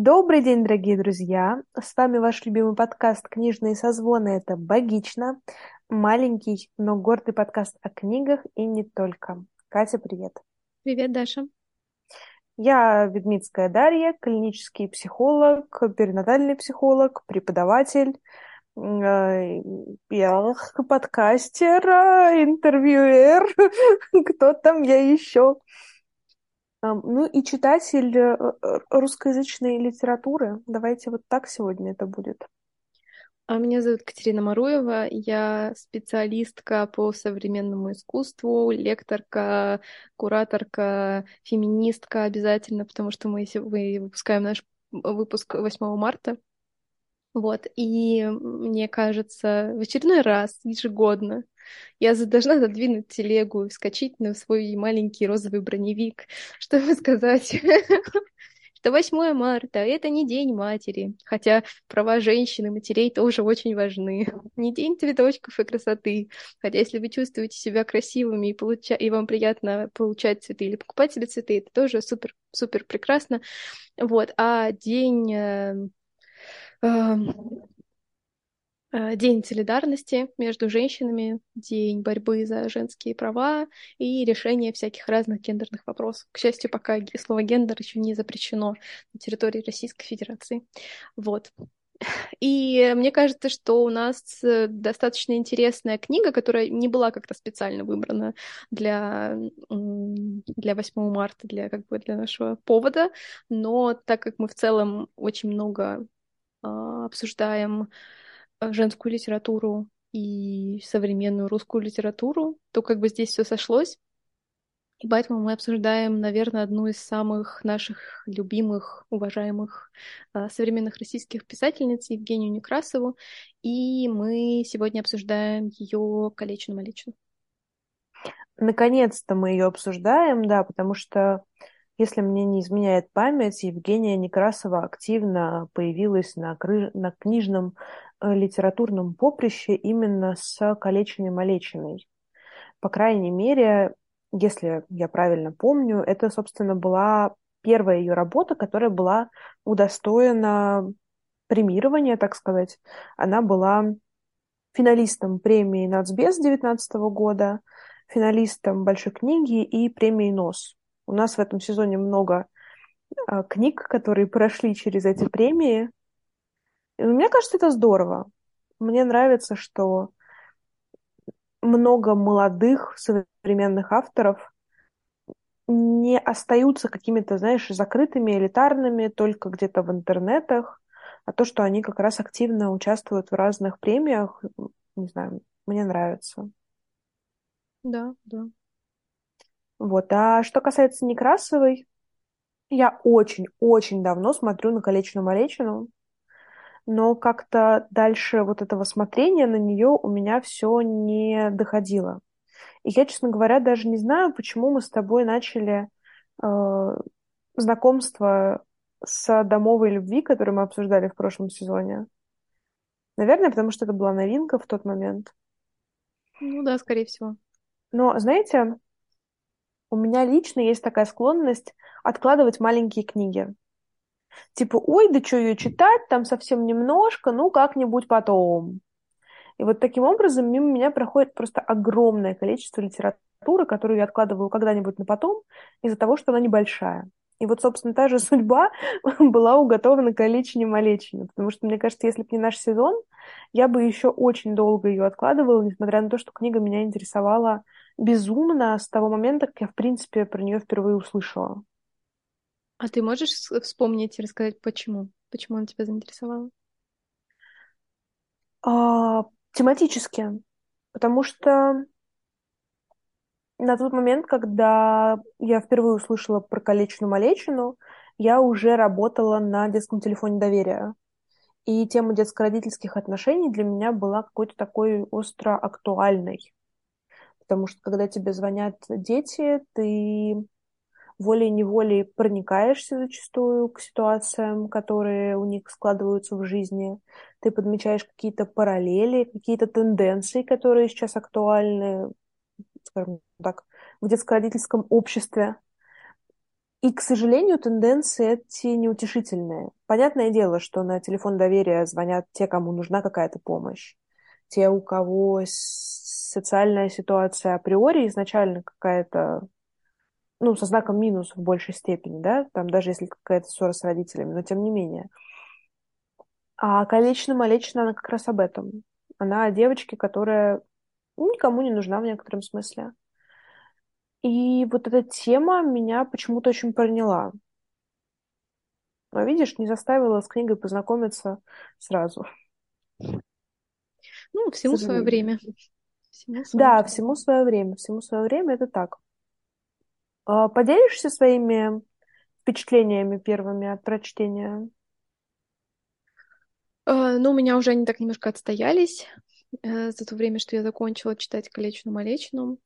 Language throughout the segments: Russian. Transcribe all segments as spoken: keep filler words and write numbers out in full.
Добрый день, дорогие друзья! С вами ваш любимый подкаст «Книжные созвоны». Это «Богично». Маленький, но гордый подкаст о книгах и не только. Катя, привет! Привет, Даша. Я Ведмицкая Дарья, клинический психолог, перинатальный психолог, преподаватель, э, я подкастер, э, интервьюер, кто там я еще? Ам, Ну и читатель э, э, русскоязычной литературы. Давайте вот так сегодня это будет. А меня зовут Катерина Маруева. Я специалистка по современному искусству, лекторка, кураторка, феминистка обязательно, потому что мы се- мы выпускаем наш выпуск восьмого марта. Вот, и мне кажется, в очередной раз, ежегодно, я за- должна задвинуть телегу и вскочить на свой маленький розовый броневик, чтобы сказать, что восьмое марта — это не День матери, хотя права женщин и матерей тоже очень важны. Не день цветочков и красоты, хотя если вы чувствуете себя красивыми и, получа... и вам приятно получать цветы или покупать себе цветы, это тоже супер, супер прекрасно. Вот, а день э, э, э, День солидарности между женщинами, день борьбы за женские права и решение всяких разных гендерных вопросов. К счастью, пока ге- слово гендер еще не запрещено на территории Российской Федерации. Вот. И мне кажется, что у нас э, достаточно интересная книга, которая не была как-то специально выбрана для, м, для восьмого марта, для, как бы, для нашего повода, но так как мы в целом очень много а, обсуждаем э, женскую литературу и современную русскую литературу, то как бы здесь все сошлось. И поэтому мы обсуждаем, наверное, одну из самых наших любимых, уважаемых э, современных российских писательниц Евгению Некрасову. И мы сегодня обсуждаем ее «Калечину-малечину». Наконец-то мы ее обсуждаем, да, потому что, если мне не изменяет память, Евгения Некрасова активно появилась на, кры- на книжном э, литературном поприще именно с «Калечиной Малечиной». По крайней мере, если я правильно помню, это, собственно, была первая ее работа, которая была удостоена премирования, так сказать. Она была финалистом премии «Нацбес» две тысячи девятнадцатого года, финалистом «Большой книги» и премии «нос». У нас в этом сезоне много а, книг, которые прошли через эти премии. И мне кажется, это здорово. Мне нравится, что много молодых современных авторов не остаются какими-то, знаешь, закрытыми, элитарными, только где-то в интернетах, а то, что они как раз активно участвуют в разных премиях, не знаю, мне нравится. Да, да. Вот. А что касается Некрасовой, я очень-очень давно смотрю на «Калечину Малечину», но как-то дальше вот этого смотрения на нее у меня все не доходило. И я, честно говоря, даже не знаю, почему мы с тобой начали э, знакомство с «Домовой любви», которую мы обсуждали в прошлом сезоне. Наверное, потому что это была новинка в тот момент. Ну да, скорее всего. Но, знаете, у меня лично есть такая склонность откладывать маленькие книги. Типа, ой, да что ее читать, там совсем немножко, ну как-нибудь потом. И вот таким образом мимо меня проходит просто огромное количество литературы, которую я откладываю когда-нибудь на потом, из-за того, что она небольшая. И вот, собственно, та же судьба была уготована Калечине-Малечине, потому что, мне кажется, если бы не наш сезон, я бы еще очень долго ее откладывала, несмотря на то, что книга меня интересовала безумно с того момента, как я, в принципе, про нее впервые услышала. А ты можешь с- вспомнить и рассказать, почему? Почему она тебя заинтересовала? А, тематически, потому что на тот момент, когда я впервые услышала про «Калечину-Малечину», я уже работала на детском телефоне доверия. И тема детско-родительских отношений для меня была какой-то такой остро актуальной. Потому что когда тебе звонят дети, ты волей-неволей проникаешься зачастую к ситуациям, которые у них складываются в жизни. Ты подмечаешь какие-то параллели, какие-то тенденции, которые сейчас актуальны, скажем так, в детско-родительском обществе. И, к сожалению, тенденции эти неутешительные. Понятное дело, что на телефон доверия звонят те, кому нужна какая-то помощь. Те, у кого с- социальная ситуация априори изначально какая-то, ну, со знаком минус в большей степени, да, там даже если какая-то ссора с родителями, но тем не менее. А «Колечна-Малечна» она как раз об этом. Она о девочке, которая никому не нужна в некотором смысле. И вот эта тема меня почему-то очень проняла. Но, видишь, не заставила с книгой познакомиться сразу, Ну, к всему свое сожалению. время. Всему свое Да, время. всему свое время, всему свое время, это так. А, Поделишься своими впечатлениями первыми от прочтения? А, ну, у меня уже они так немножко отстоялись э, за то время, что я закончила читать «Колечную Малечину».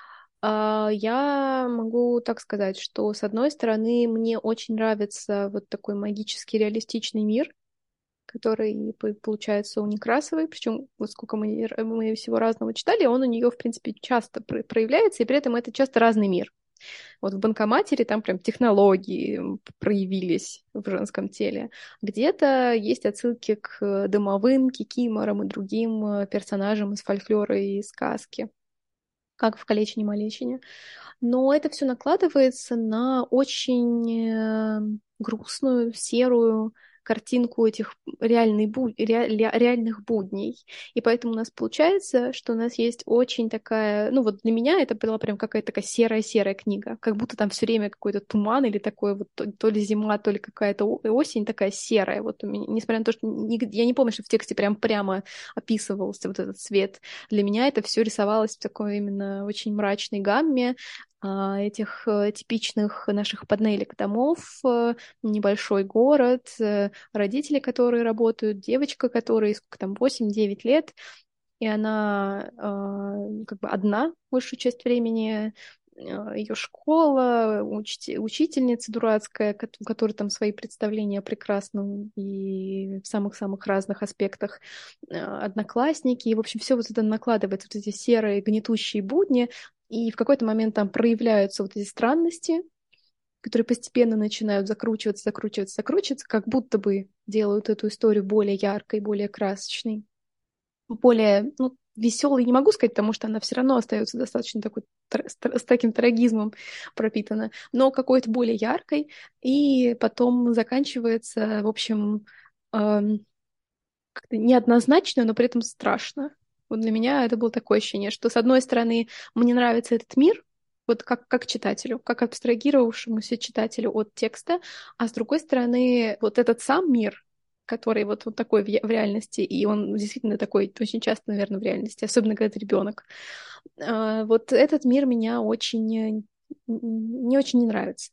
А, Я могу так сказать, что, с одной стороны, мне очень нравится вот такой магический реалистичный мир, который п- получается у Некрасовой, причем вот сколько мы, р- мы всего разного читали, он у нее, в принципе, часто пр- проявляется, и при этом это часто разный мир. Вот в «Банкоматере» там прям технологии м, проявились в женском теле. Где-то есть отсылки к домовым, кикиморам и другим э, персонажам из фольклора и сказки, как в «Калечине-малечине». Но это все накладывается на очень э, грустную, серую картинку этих реальной бу- ре- ре- реальных будней. И поэтому у нас получается, что у нас есть очень такая... Ну вот для меня это была прям какая-то такая серая-серая книга. Как будто там все время какой-то туман или такой вот то, то ли зима, то ли какая-то о- осень такая серая. Вот у меня, несмотря на то, что ни- я не помню, что в тексте прям прямо описывался вот этот цвет. Для меня это все рисовалось в такой именно очень мрачной гамме, а, этих э, типичных наших панелек домов, э, небольшой город, э, родители, которые работают, девочка, которой сколько там, восемь-девять лет, и она э, как бы одна большую часть времени, ее школа, учти- учительница дурацкая, кот- у которой там свои представления о прекрасном и в самых-самых разных аспектах, э, одноклассники, и, в общем, все вот это накладывается, вот эти серые гнетущие будни, и в какой-то момент там проявляются вот эти странности, которые постепенно начинают закручиваться, закручиваться, закручиваться, как будто бы делают эту историю более яркой, более красочной, более, ну, веселой, не могу сказать, потому что она все равно остается достаточно такой тр- с, тр- с таким трагизмом пропитана, но какой-то более яркой, и потом заканчивается, в общем, эм, как-то неоднозначно, но при этом страшно. Вот для меня это было такое ощущение, что, с одной стороны, мне нравится этот мир, вот как, как читателю, как абстрагировавшемуся читателю от текста, а с другой стороны, вот этот сам мир, который вот, вот такой в, я- в реальности, и он действительно такой очень часто, наверное, в реальности, особенно когда ты ребенок. А, вот этот мир меня очень э, не очень не нравится.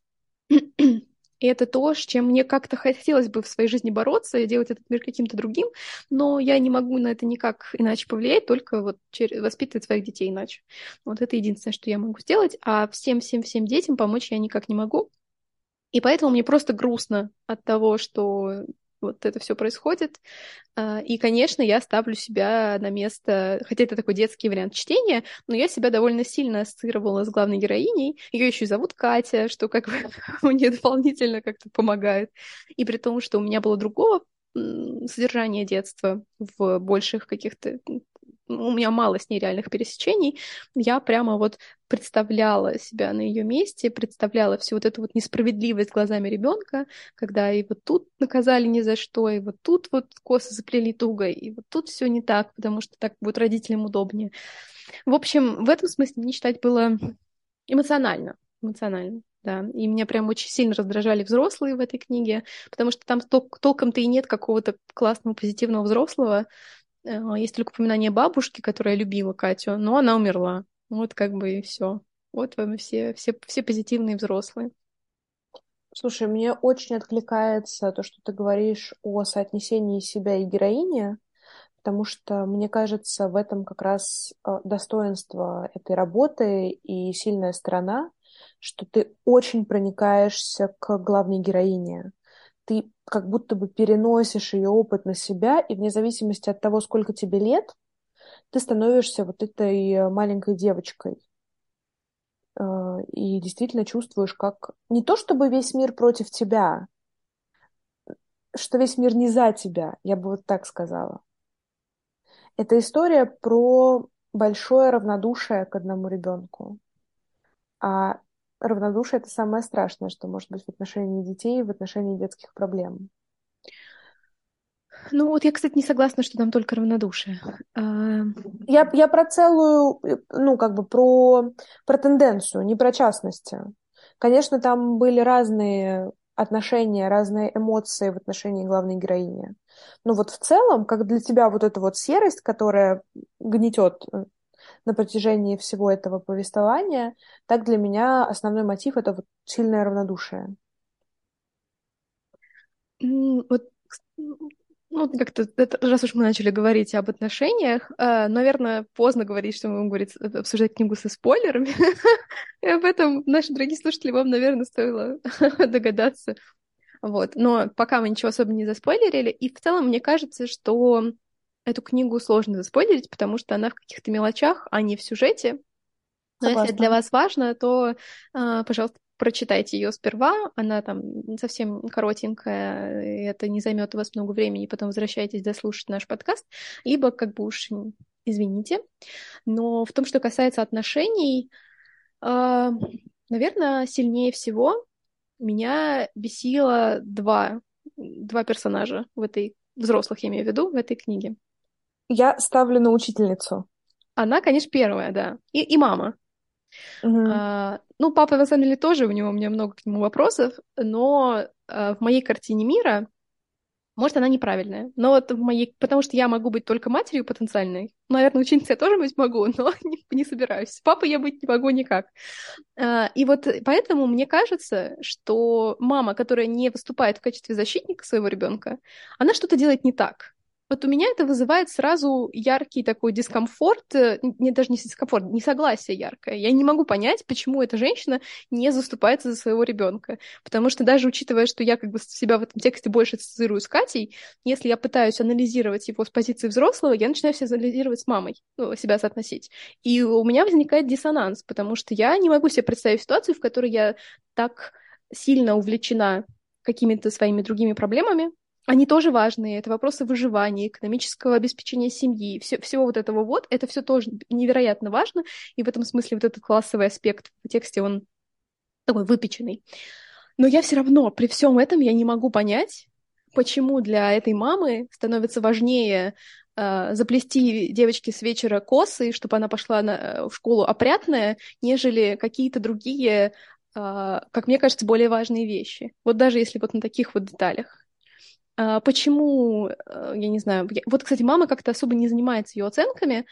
И это то, с чем мне как-то хотелось бы в своей жизни бороться и делать этот мир каким-то другим, но я не могу на это никак иначе повлиять, только вот через... воспитывать своих детей иначе. Вот это единственное, что я могу сделать, а всем-всем-всем детям помочь я никак не могу. И поэтому мне просто грустно от того, что вот это все происходит. А, И, конечно, я ставлю себя на место, хотя это такой детский вариант чтения, но я себя довольно сильно ассоциировала с главной героиней. Ее еще и зовут Катя, что как бы мне дополнительно как-то помогает. И при том, что у меня было другого м, содержания детства в больших каких-то... м, У меня мало с ней реальных пересечений. Я прямо вот представляла себя на ее месте, представляла всю вот эту вот несправедливость глазами ребенка, когда и вот тут наказали ни за что, и вот тут вот косы заплели туго, и вот тут все не так, потому что так будет родителям удобнее. В общем, в этом смысле мне читать было эмоционально, эмоционально. Да, и меня прям очень сильно раздражали взрослые в этой книге, потому что там тол- толком-то и нет какого-то классного позитивного взрослого. Э, Есть только упоминание бабушки, которая любила Катю, но она умерла. Вот как бы и все. Вот вам и все, все, все позитивные взрослые. Слушай, мне очень откликается то, что ты говоришь о соотнесении себя и героини, потому что, мне кажется, в этом как раз э, достоинство этой работы и сильная сторона, что ты очень проникаешься к главной героине. Ты как будто бы переносишь ее опыт на себя, и вне зависимости от того, сколько тебе лет, ты становишься вот этой э, маленькой девочкой. э, и действительно чувствуешь, как не то чтобы весь мир против тебя, что весь мир не за тебя, я бы вот так сказала. Это история про большое равнодушие к одному ребенку. А равнодушие — это самое страшное, что может быть в отношении детей, в отношении детских проблем. Ну вот я, кстати, не согласна, что там только равнодушие. А, Я, я про целую, э, ну, как бы про, про тенденцию, не про частности. Конечно, там были разные отношения, разные эмоции в отношении главной героини. Но вот в целом, как для тебя вот эта вот серость, которая гнетет э, на протяжении всего этого повествования, так для меня основной мотив — это вот сильное равнодушие. м, вот, ну, как-то, это- раз уж мы начали говорить об отношениях, а, наверное, поздно говорить, что мы будем говорить, э, обсуждать книгу со спойлерами. И об этом наши дорогие слушатели вам, наверное, стоило догадаться. Вот. Но пока мы ничего особо не заспойлерили, и в целом мне кажется, что эту книгу сложно заспойлерить, потому что она в каких-то мелочах, а не в сюжете. Но если для Согласна. вас важно, то, а, пожалуйста, прочитайте ее сперва. Она там совсем коротенькая, и это не займет у вас много времени, потом возвращайтесь дослушать наш подкаст. Либо, как бы уж извините. Но в том, что касается отношений, а, наверное, сильнее всего меня бесило два, два персонажа в этой, взрослых, я имею в виду, в этой книге. Я ставлю на учительницу. Она, конечно, первая, да. И, и мама. Мгм. А, ну, папа, на самом деле, тоже, у него, у меня много к нему вопросов, но а, в моей картине мира, может, она неправильная. Но вот в моей... Потому что я могу быть только матерью потенциальной. Наверное, ученицей я тоже быть могу, но не, не собираюсь. С папой я быть не могу никак. А, и вот поэтому мне кажется, что мама, которая не выступает в качестве защитника своего ребенка, она что-то делает не так. Вот у меня это вызывает сразу яркий такой дискомфорт, э, не даже не дискомфорт, несогласие яркое. Я не могу понять, почему эта женщина не заступается за своего ребенка. Потому что даже учитывая, что я как бы себя в этом тексте больше ассоциирую с Катей, если я пытаюсь анализировать его с позиции взрослого, я начинаю себя анализировать с мамой, ну, себя соотносить. И у меня возникает диссонанс, потому что я не могу себе представить ситуацию, в которой я так сильно увлечена какими-то своими другими проблемами. Они тоже важные. Это вопросы выживания, экономического обеспечения семьи, все, всего вот этого вот. Это все тоже невероятно важно. И в этом смысле вот этот классовый аспект в тексте, он такой выпеченный. Но я все равно при всем этом я не могу понять, почему для этой мамы становится важнее э, заплести девочке с вечера косы, чтобы она пошла на, э, в школу опрятная, нежели какие-то другие, э, как мне кажется, более важные вещи. Вот даже если вот на таких вот деталях. А, почему, э, я не знаю, я- вот, кстати, мама как-то особо не занимается ее оценками,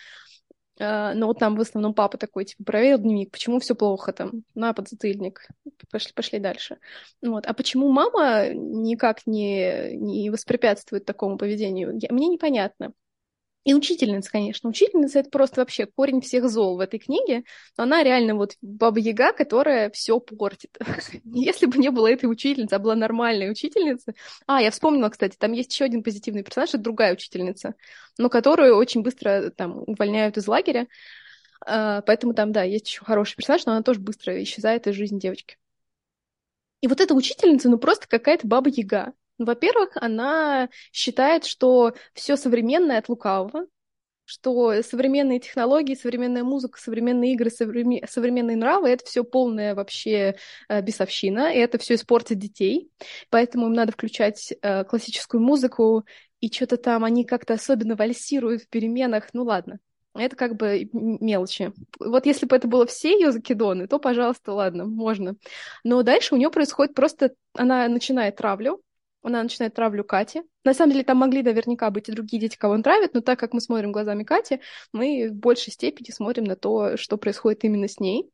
а, но вот там в основном папа такой, типа, проверил дневник, почему все плохо там, на подзатыльник, пошли, пошли дальше. Вот. А почему мама никак не, не воспрепятствует такому поведению, я- мне непонятно. И учительница, конечно. Учительница — это просто вообще корень всех зол в этой книге. Но она реально вот баба-яга, которая все портит. Если бы не было этой учительницы, а была нормальная учительница... А, я вспомнила, кстати, там есть еще один позитивный персонаж, это другая учительница, но которую очень быстро там увольняют из лагеря. А, Поэтому там, да, есть еще хороший персонаж, но она тоже быстро исчезает из жизни девочки. И вот эта учительница, ну просто какая-то баба-яга. Ну, во-первых, она считает, что все современное от лукавого, что современные технологии, современная музыка, современные игры, совреме- современные нравы — это все полная вообще э, бесовщина, и это все испортит детей. Поэтому им надо включать э, классическую музыку, и что-то там они как-то особенно вальсируют в переменах. Ну ладно, это как бы м- мелочи. Вот если бы это было все ее закидоны, то, пожалуйста, ладно, можно. Но дальше у нее происходит просто... Она начинает травлю, она начинает травлю Кати. На самом деле там могли наверняка быть и другие дети, кого он травит, но так как мы смотрим глазами Кати, мы в большей степени смотрим на то, что происходит именно с ней.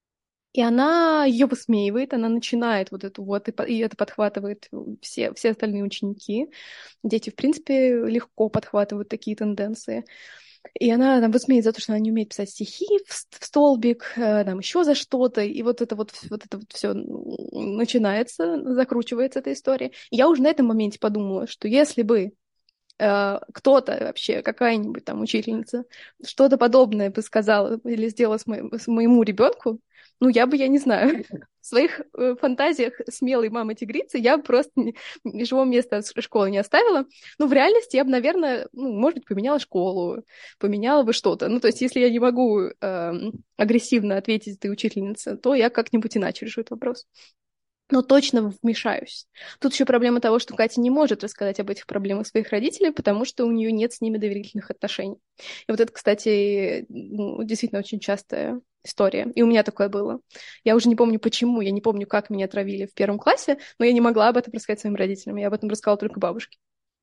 И она ее высмеивает, она начинает вот эту вот, и по- и это подхватывает все, все остальные ученики. Дети, в принципе, легко подхватывают такие тенденции. И она там высмеет за то, что она не умеет писать стихи в, с- в столбик, э, там еще за что-то, и вот это вот, вот это вот все начинается, закручивается эта история. И я уже на этом моменте подумала, что если бы э, кто-то вообще, какая-нибудь там учительница, что-то подобное бы сказала или сделала с, мо- с моему ребенку, ну, я бы, я не знаю, в своих э, фантазиях смелой мамы тигрицы я бы просто ни, ни живого места от школы не оставила. Ну, в реальности я бы, наверное, ну, может быть, поменяла школу, поменяла бы что-то. Ну, то есть, если я не могу э, агрессивно ответить этой учительнице, то я как-нибудь иначе решу этот вопрос. Но точно вмешаюсь. Тут еще проблема того, что Катя не может рассказать об этих проблемах своих родителей, потому что у нее нет с ними доверительных отношений. И вот это, кстати, ну, действительно очень частая история. И у меня такое было. Я уже не помню, почему, я не помню, как меня отравили в первом классе, но я не могла об этом рассказать своим родителям. Я об этом рассказала только бабушке.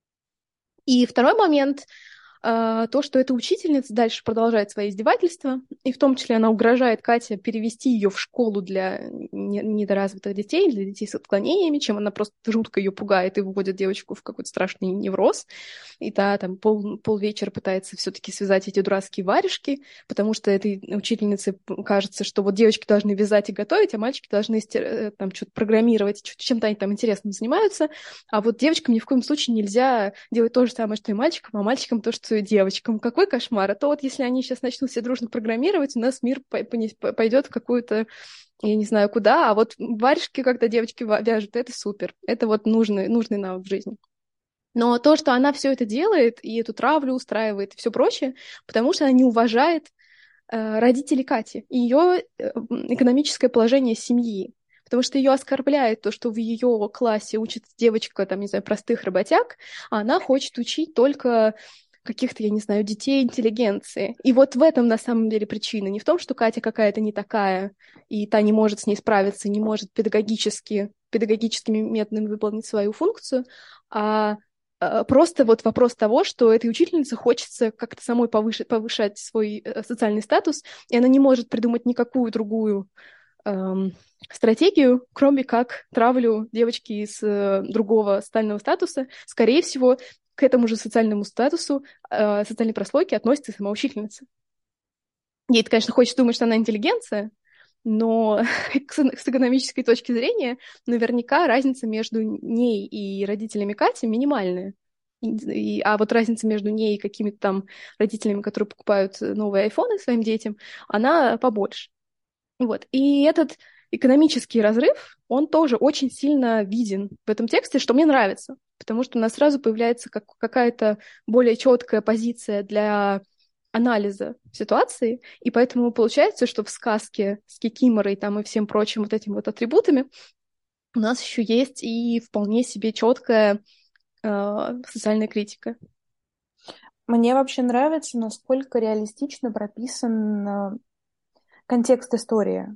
И второй момент а, то, что эта учительница дальше продолжает свои издевательства, и в том числе она угрожает Кате перевести ее в школу для не- недоразвитых детей, для детей с отклонениями, чем она просто жутко ее пугает и выводит девочку в какой-то страшный невроз. И та там пол, полвечера пытается все-таки связать эти дурацкие варежки, потому что этой учительнице кажется, что вот девочки должны вязать и готовить, а мальчики должны стир- там что-то программировать, чем-то они там интересным занимаются, а вот девочкам ни в коем случае нельзя делать то же самое, что и мальчикам, а мальчикам то, что и девочкам. Какой кошмар! А то вот если они сейчас начнут все дружно программировать, у нас мир пойдет в какую-то, я не знаю куда, а вот варежки, когда девочки вяжут, это супер. Это вот нужный, нужный навык в жизни. Но то, что она все это делает, и эту травлю устраивает, и все прочее, потому что она не уважает э, родителей Кати и ее э, экономическое положение семьи. Потому что ее оскорбляет то, что в ее классе учится девочка, там, не знаю, простых работяг, а она хочет учить только каких-то, я не знаю, детей интеллигенции. И вот в этом на самом деле причина. Не в том, что Катя какая-то не такая, и та не может с ней справиться, не может педагогически, педагогическими методами выполнить свою функцию, а э, просто вот вопрос того, что этой учительнице хочется как-то самой повыше, повышать свой э, социальный статус, и она не может придумать никакую другую эм, стратегию, кроме как травлю девочки из э, другого социального статуса. Скорее всего, к этому же социальному статусу, э, социальной прослойке относится сама учительница. Ей, конечно, хочется думать, что она интеллигенция, но с экономической точки зрения наверняка разница между ней и родителями Кати минимальная. И, а вот разница между ней и какими-то там родителями, которые покупают новые айфоны своим детям, она побольше. Вот. И этот экономический разрыв, он тоже очень сильно виден в этом тексте, что мне нравится, потому что у нас сразу появляется как, какая-то более четкая позиция для анализа ситуации, и поэтому получается, что в сказке с Кикиморой там, и всем прочим вот этими вот атрибутами у нас еще есть и вполне себе четкая э, социальная критика. Мне вообще нравится, насколько реалистично прописан э, контекст истории,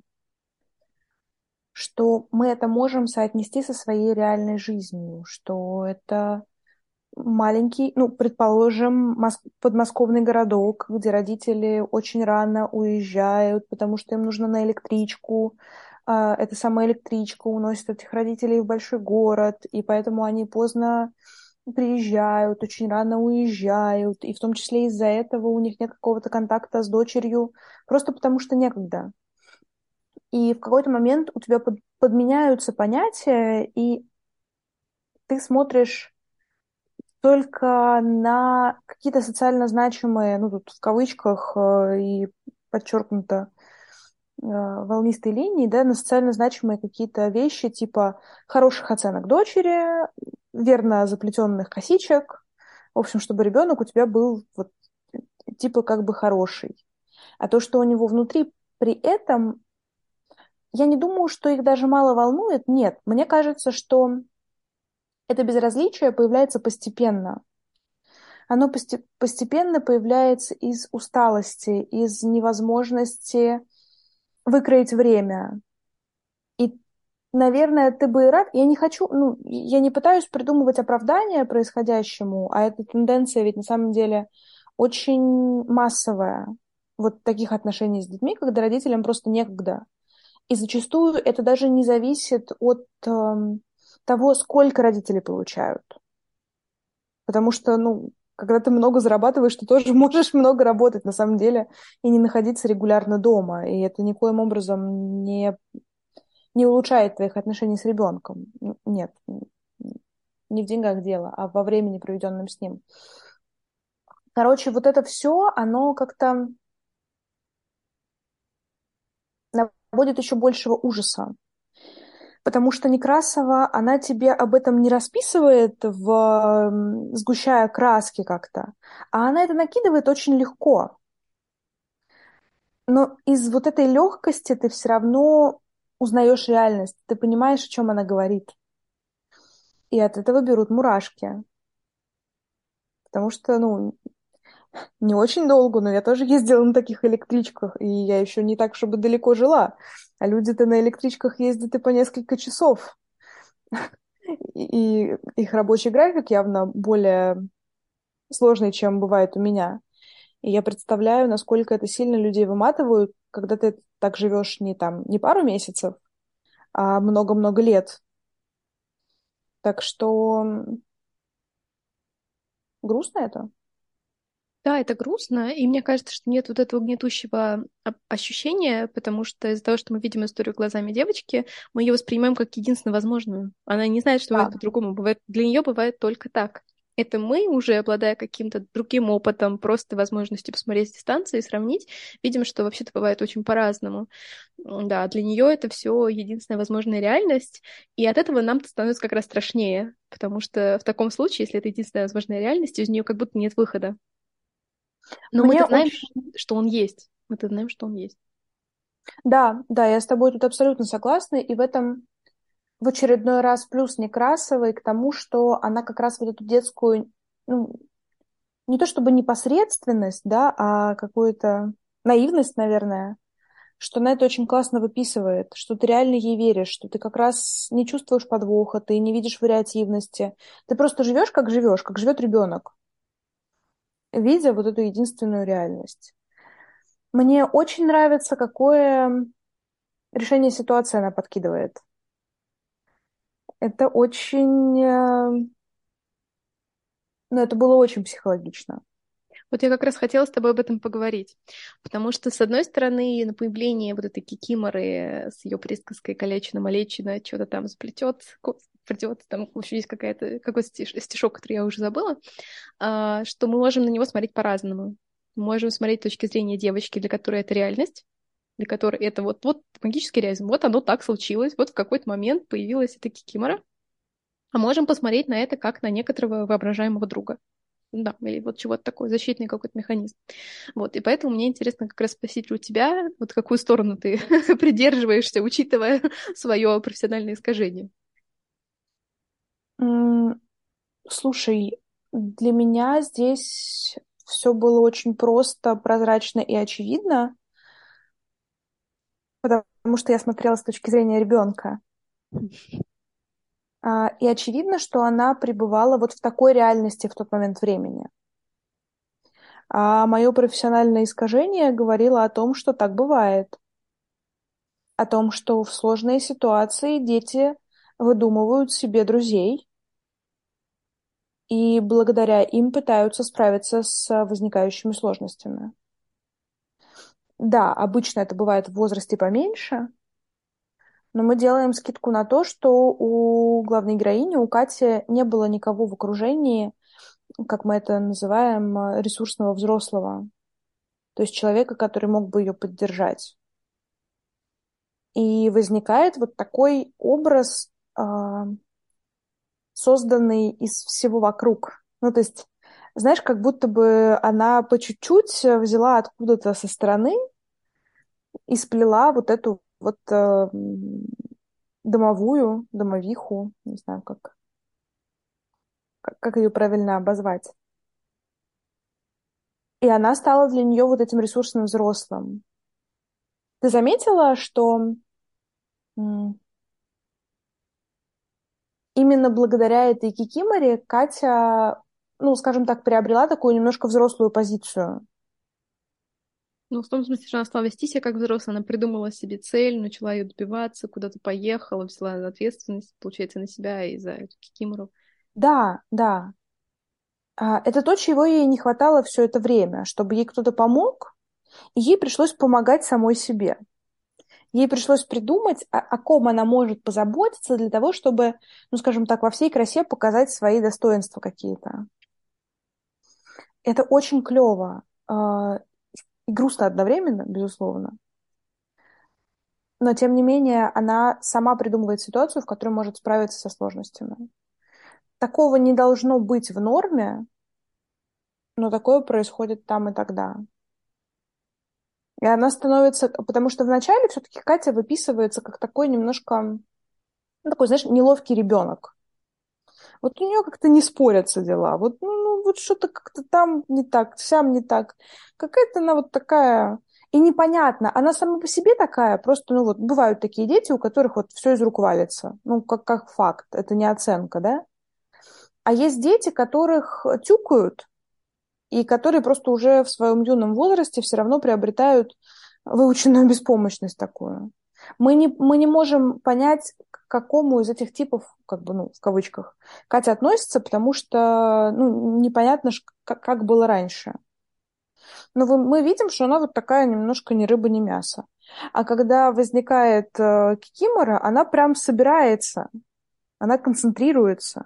что мы это можем соотнести со своей реальной жизнью, что это маленький, ну, предположим, мос- подмосковный городок, где родители очень рано уезжают, потому что им нужно на электричку. А, Эта самая электричка уносит этих родителей в большой город, и поэтому они поздно приезжают, очень рано уезжают, и в том числе из-за этого у них нет какого-то контакта с дочерью, просто потому что некогда. И в какой-то момент у тебя под- подменяются понятия, и ты смотришь только на какие-то социально значимые, ну тут в кавычках э, и подчеркнуто э, волнистой линии, да, на социально значимые какие-то вещи типа хороших оценок дочери, верно заплетенных косичек, в общем, чтобы ребенок у тебя был вот типа как бы хороший. А то, что у него внутри при этом, я не думаю, что их даже мало волнует. Нет, мне кажется, что это безразличие появляется постепенно. Оно посте- постепенно появляется из усталости, из невозможности выкроить время. И, наверное, ты бы и рад... Я не хочу... Ну, я не пытаюсь придумывать оправдание происходящему, а эта тенденция ведь на самом деле очень массовая. Вот таких отношений с детьми, когда родителям просто некогда. И зачастую это даже не зависит от эм, того, сколько родители получают. Потому что, ну, когда ты много зарабатываешь, ты тоже можешь много работать на самом деле и не находиться регулярно дома. И это никоим образом не, не улучшает твоих отношений с ребенком. Н- Нет. не в деньгах дело, а во времени, проведенном с ним. Короче, вот это все, оно как-то наводит еще большего ужаса. Потому что Некрасова, она тебе об этом не расписывает, в, м, сгущая краски как-то, а она это накидывает очень легко. Но из вот этой легкости ты все равно узнаешь реальность, ты понимаешь, о чем она говорит. И от этого берут мурашки. Потому что, ну, не очень долго, но я тоже ездила на таких электричках, и я еще не так, чтобы далеко жила. А люди-то на электричках ездят и по несколько часов. И и их рабочий график явно более сложный, чем бывает у меня. И я представляю, насколько это сильно людей выматывают, когда ты так живешь не там, не пару месяцев, а много-много лет. Так что м, грустно это. Да, это грустно, и мне кажется, что нет вот этого гнетущего об- ощущения, потому что из-за того, что мы видим историю глазами девочки, мы ее воспринимаем как единственно возможную. Она не знает, что бывает Да. по-другому. Бывает, для нее бывает только так. Это мы, уже обладая каким-то другим опытом, просто возможностью посмотреть с дистанции и сравнить, видим, что вообще-то бывает очень по-разному. М, Да, для нее это все единственная возможная реальность, и от этого нам становится как раз страшнее, потому что в таком случае, если это единственная возможная реальность, из нее как будто нет выхода. Но мы-то Мне знаем, очень... ш- что он есть. Мы-то знаем, что он есть. Да, да, я с тобой тут абсолютно согласна, и в этом в очередной раз плюс Некрасовой к тому, что она как раз вот эту детскую, ну, не то чтобы непосредственность, да, а какую-то наивность, наверное, что она это очень классно выписывает, что ты реально ей веришь, что ты как раз не чувствуешь подвоха, ты не видишь вариативности. Ты просто живешь, как живешь, как живет ребенок, видя вот эту единственную реальность. Мне очень нравится, какое решение ситуации она подкидывает. Это очень... э, Ну, это было очень психологично. Вот я как раз хотела с тобой об этом поговорить. Потому что, с одной стороны, на появление вот этой кикиморы с ее присказкой «калечина-малечина» что-то там сплетет, придет, там еще есть какая-то, какой-то стиш- стишок, который я уже забыла, а, что мы можем на него смотреть по-разному. Мы можем смотреть с точки зрения девочки, для которой это реальность, для которой это вот, вот магический реализм. Вот оно так случилось, вот в какой-то момент появилась эта кикимора, а можем посмотреть на это как на некоторого воображаемого друга. Да, или вот чего-то такое, защитный какой-то механизм. Вот, и поэтому мне интересно как раз спросить у тебя, вот какую сторону ты придерживаешься, учитывая свое профессиональное искажение. М, Слушай, для меня здесь все было очень просто, прозрачно и очевидно, потому что я смотрела с точки зрения ребенка. А, И очевидно, что она пребывала вот в такой реальности в тот момент времени. А мое профессиональное искажение говорило о том, что так бывает. О том, что в сложные ситуации дети выдумывают себе друзей и благодаря им пытаются справиться с возникающими сложностями. Да, обычно это бывает в возрасте поменьше, но мы делаем скидку на то, что у главной героини, у Кати, не было никого в окружении, как мы это называем, э, ресурсного взрослого, то есть человека, который мог бы ее поддержать. И возникает вот такой образ, а, созданный из всего вокруг. Ну, то есть, знаешь, как будто бы она по чуть-чуть взяла откуда-то со стороны и сплела вот эту вот э, м, домовую, домовиху, не знаю, как, как, как ее правильно обозвать. И она стала для нее вот этим ресурсным взрослым. Ты заметила, что м, именно благодаря этой кикиморе Катя, ну, скажем так, приобрела такую немножко взрослую позицию? Ну, в том смысле, что она стала вести себя как взрослая, она придумала себе цель, начала ее добиваться, куда-то поехала, взяла ответственность, получается, на себя и за эту кикимору. Да, да. А, Это то, чего ей не хватало все это время, чтобы ей кто-то помог, и ей пришлось помогать самой себе. Ей пришлось придумать, о, о ком она может позаботиться для того, чтобы, ну, скажем так, во всей красе показать свои достоинства какие-то. Это очень клево э, и грустно одновременно, безусловно. Но, тем не менее, она сама придумывает ситуацию, в которой может справиться со сложностями. Такого не должно быть в норме, но такое происходит там и тогда. И она становится... Потому что вначале все-таки Катя выписывается как такой немножко... Ну, такой, знаешь, неловкий ребенок. Вот у нее как-то не спорятся дела. Вот, ну, ну, вот что-то как-то там не так, сям не так. Какая-то она вот такая... И непонятно. Она сама по себе такая, просто, ну вот, бывают такие дети, у которых вот все из рук валится. Ну, как, как факт, это не оценка, да? А есть дети, которых тюкают, и которые просто уже в своем юном возрасте все равно приобретают выученную беспомощность такую. Мы не, мы не можем понять, к какому из этих типов, как бы, ну, в кавычках, Катя относится, потому что, ну, непонятно, как, как было раньше. Но вы, мы видим, что она вот такая немножко ни рыба, ни мясо. А когда возникает э, кикимора, она прям собирается, она концентрируется.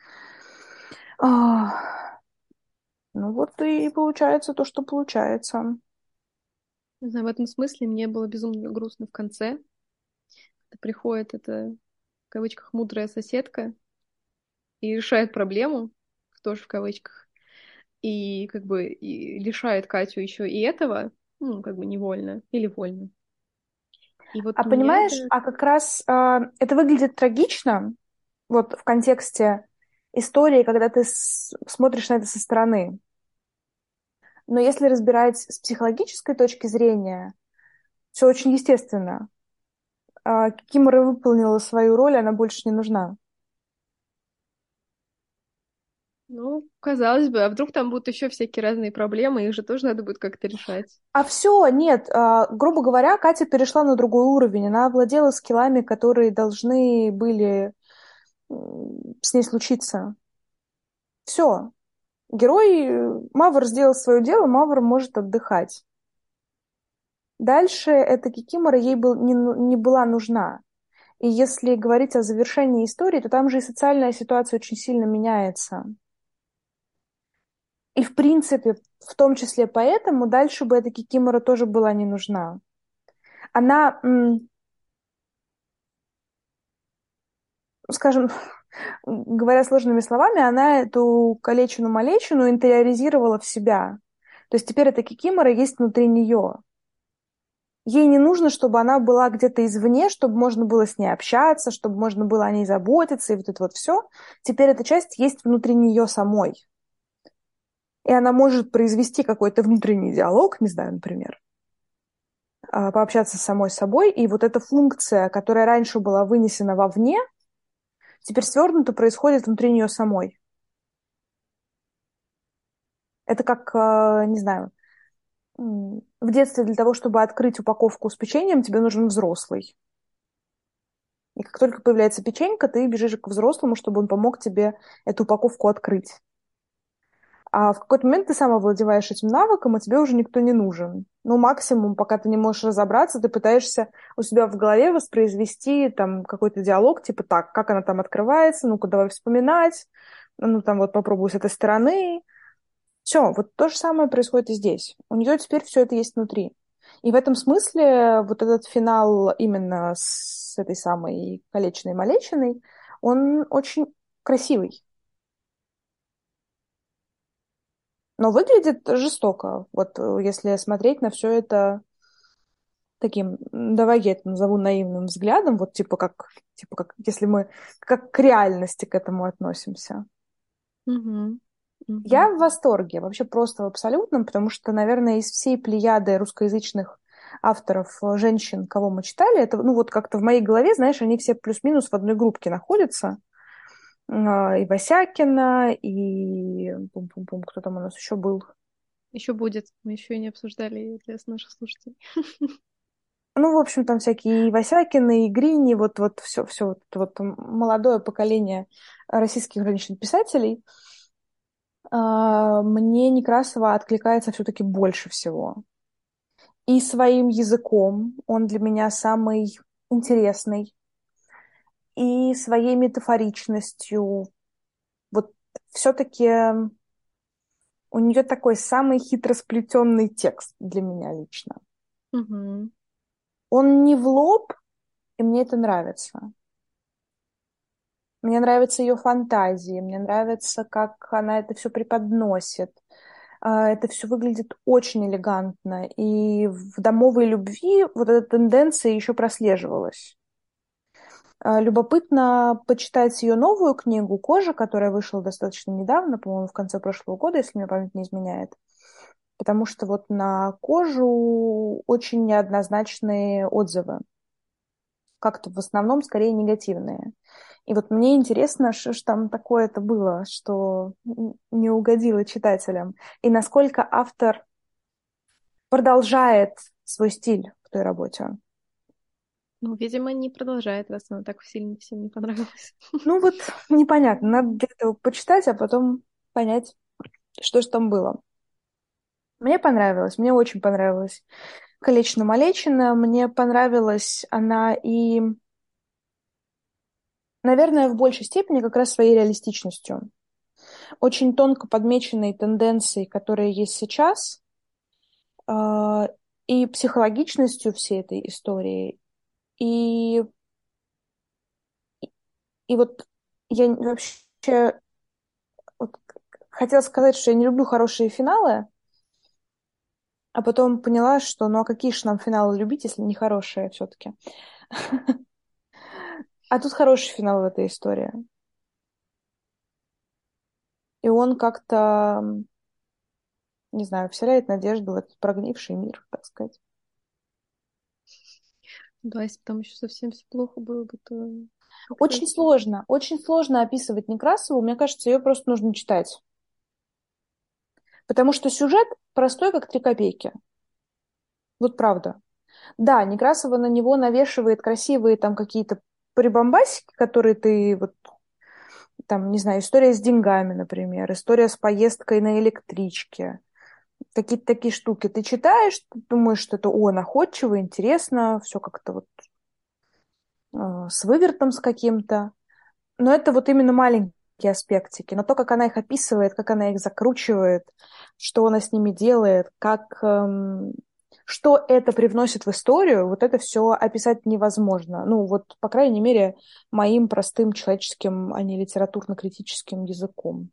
Ах, ну вот и получается то, что получается. Не знаю, в этом смысле мне было безумно грустно в конце. Когда приходит эта, в кавычках, мудрая соседка и решает проблему, тоже в кавычках, и как бы и лишает Катю еще и этого, ну, как бы невольно или вольно. И вот А меня понимаешь, это... а как раз э, это выглядит трагично, вот в контексте истории, когда ты с- смотришь на это со стороны. Но если разбирать с психологической точки зрения, все очень естественно. А, Кикимора выполнила свою роль, она больше не нужна. Ну, казалось бы, а вдруг там будут еще всякие разные проблемы, их же тоже надо будет как-то решать. А все, нет, а, грубо говоря, Катя перешла на другой уровень. Она овладела скиллами, которые должны были м, с ней случиться. Все. Герой, э, Мавр сделал свое дело, Мавр может отдыхать. Дальше эта Кикимора ей был, не, ну- не была нужна. И если говорить о завершении истории, то там же и социальная ситуация очень сильно меняется. И, в принципе, в том числе поэтому дальше бы эта Кикимора тоже была не нужна. Она, м, скажем, говоря сложными словами, она эту калечину-малечину интериоризировала в себя. То есть теперь эта Кикимора есть внутри нее. Ей не нужно, чтобы она была где-то извне, чтобы можно было с ней общаться, чтобы можно было о ней заботиться, и вот это вот все. Теперь эта часть есть внутри нее самой. И она может произвести какой-то внутренний диалог, не знаю, например, а, пообщаться с самой собой, и вот эта функция, которая раньше была вынесена вовне, теперь свернуто происходит внутри нее самой. Это как, а, не знаю, м, в детстве для того, чтобы открыть упаковку с печеньем, тебе нужен взрослый. И как только появляется печенька, ты бежишь к взрослому, чтобы он помог тебе эту упаковку открыть. А в какой-то момент ты сам овладеваешь этим навыком, и тебе уже никто не нужен. Ну, максимум, пока ты не можешь разобраться, ты пытаешься у себя в голове воспроизвести там какой-то диалог, типа так, как она там открывается, ну-ка давай вспоминать, ну там вот попробую с этой стороны. Все, вот то же самое происходит и здесь. У нее теперь все это есть внутри. И в этом смысле вот этот финал именно с этой самой калечной-малечиной, он очень красивый. Но выглядит жестоко, вот э, если смотреть на все это таким, м, давай я это назову наивным взглядом, вот типа как, типа как, если мы как к реальности к этому относимся. Угу. Я Угу. в восторге, вообще просто в абсолютном, потому что, наверное, из всей плеяды русскоязычных авторов, э, женщин, кого мы читали, это, ну, вот как-то в моей голове, знаешь, они все плюс-минус в одной группке находятся. А, И Васякина, и пум-пум-пум, кто там у нас еще был? Еще будет. Мы еще и не обсуждали ее для наших слушателей. Ну, в общем, там всякие и Васякины, и Грини, вот, вот все, все вот, вот молодое поколение российских женщин-писателей. А, Мне Некрасова откликается все-таки больше всего. и своим языком, он для меня самый интересный, и своей метафоричностью. Вот все-таки у нее такой самый хитросплетенный текст для меня лично. Мгм. Он не в лоб, и мне это нравится. Мне нравятся ее фантазии, мне нравится, как она это все преподносит. А, Это все выглядит очень элегантно. И в «Домовой любви» вот эта тенденция еще прослеживалась. А, Любопытно почитать ее новую книгу «Кожа», которая вышла достаточно недавно, по-моему, в конце прошлого года, если мне память не изменяет. Потому что вот на «Кожу» очень неоднозначные отзывы. Как-то в основном скорее негативные. И вот мне интересно, что ж там такое-то было, что н- не угодило читателям. И насколько автор продолжает свой стиль в той работе. Ну, видимо, не продолжает, раз она так сильно всем не понравилась. Ну вот непонятно, надо для этого почитать, а потом понять, что же там было. Мне понравилось, мне очень понравилось «Калечина-малечина». Мне понравилась она и, наверное, в большей степени как раз своей реалистичностью. Очень тонко подмеченные тенденции, которые есть сейчас, а, и психологичностью всей этой истории. И, и вот я вообще вот хотела сказать, что я не люблю хорошие финалы, а потом поняла, что ну а какие же нам финалы любить, если не хорошие все-таки. А тут хороший финал в этой истории. И он как-то, м, не знаю, вселяет надежду в этот прогнивший мир, так сказать. Да, если бы там еще совсем все плохо было бы, то как-то... Очень сложно, очень сложно описывать Некрасову. Мне кажется, ее просто нужно читать. Потому что сюжет простой, как три копейки. Вот правда. Да, Некрасова на него навешивает красивые там какие-то прибамбасики, которые ты вот там, не знаю, история с деньгами, например, история с поездкой на электричке, какие-то такие штуки. Ты читаешь, ты думаешь, что это, о, находчиво, интересно, все как-то вот э, с вывертом с каким-то. Но это вот именно маленькие аспектики. Но то, как она их описывает, как она их закручивает, что она с ними делает, как, эм, что это привносит в историю, вот это все описать невозможно. Ну, вот, по крайней мере, моим простым человеческим, а не литературно-критическим языком.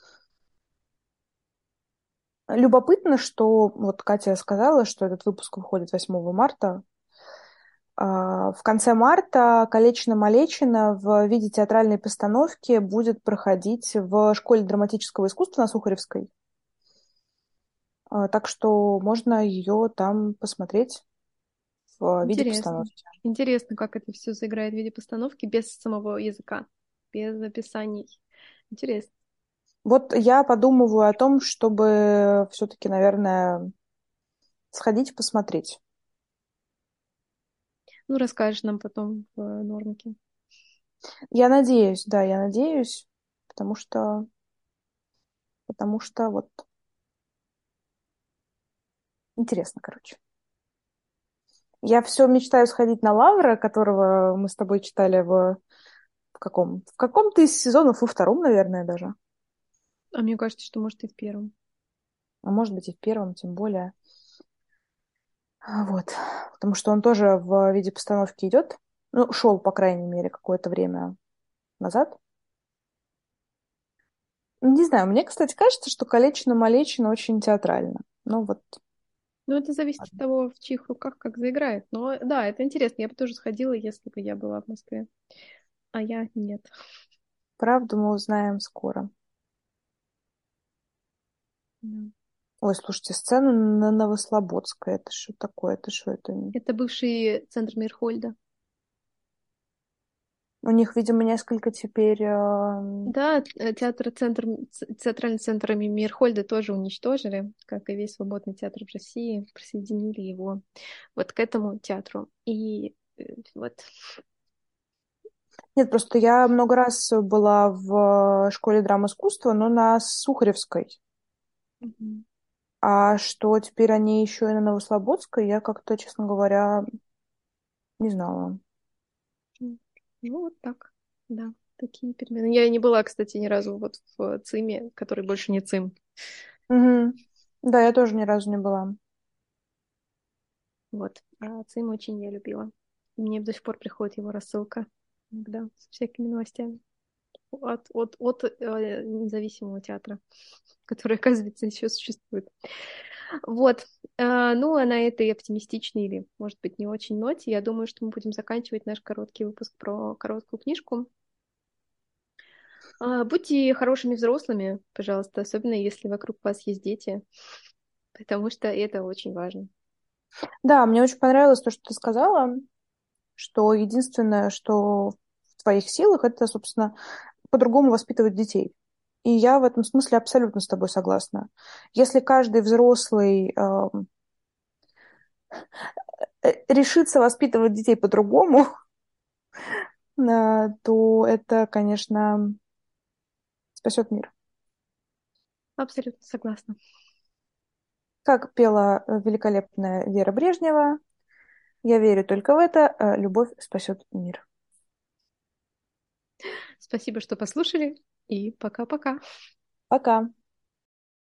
Любопытно, что вот Катя сказала, что этот выпуск выходит восьмого марта. А, В конце марта «Калечина-малечина» в виде театральной постановки будет проходить в школе драматического искусства на Сухаревской. А, Так что можно ее там посмотреть в виде Интересно. постановки. Интересно, как это все заиграет в виде постановки без самого языка, без описаний. Интересно. Вот я подумываю о том, чтобы все-таки, наверное, сходить посмотреть. Ну, расскажешь нам потом в э, нормике. Я надеюсь, да, я надеюсь, потому что, потому что вот интересно, короче. Я все мечтаю сходить на Лавра, которого мы с тобой читали в, в каком? В каком-то из сезонов, во втором, наверное, даже. А мне кажется, что может и в первом. А может быть и в первом, тем более. А, Вот. Потому что он тоже в виде постановки идет. Ну, шел, по крайней мере, какое-то время назад. Не знаю, мне, кстати, кажется, что «Калечина-малечина» очень театрально. Ну вот, Ну, это зависит от ладно. того, в чьих руках как заиграет. Но да, это интересно. Я бы тоже сходила, если бы я была в Москве. А я нет. Правду мы узнаем скоро. Да. Ой, слушайте, сцена на Новослободской. Это что такое? Это что это? Это бывший центр Мирхольда. У них, видимо, несколько теперь... э, Да, э, театр, центр, ц- театральный центр имени Мирхольда тоже уничтожили, как и весь свободный театр в России, присоединили его вот к этому театру. И э, вот. Нет, просто я много раз была в школе драм искусства, но на Сухаревской. Мгм. А что теперь они еще и на Новослободской, я как-то, честно говоря, не знала. М, Ну, вот так, да, такие перемены. Я не была, кстати, ни разу вот в ЦИМе, который больше не ЦИМ. Мгм. Да, я тоже ни разу не была. Вот. А ЦИМ очень я любила. Мне до сих пор приходит его рассылка иногда с всякими новостями от, от, от э, независимого театра, который, оказывается, еще существует. Вот. А, ну, а на этой оптимистичной или, может быть, не очень ноте, я думаю, что мы будем заканчивать наш короткий выпуск про короткую книжку. А, будьте хорошими взрослыми, пожалуйста, особенно если вокруг вас есть дети, потому что это очень важно. Да, мне очень понравилось то, что ты сказала, что единственное, что в твоих силах, это, собственно, по-другому воспитывать детей. И я в этом смысле абсолютно с тобой согласна. Если каждый взрослый эм, э, решится воспитывать детей по-другому, э, то это, конечно, спасет мир. Абсолютно согласна. Как пела э, великолепная Вера Брежнева, я верю только в это, э, любовь спасет мир. Спасибо, что послушали, и пока-пока. Пока.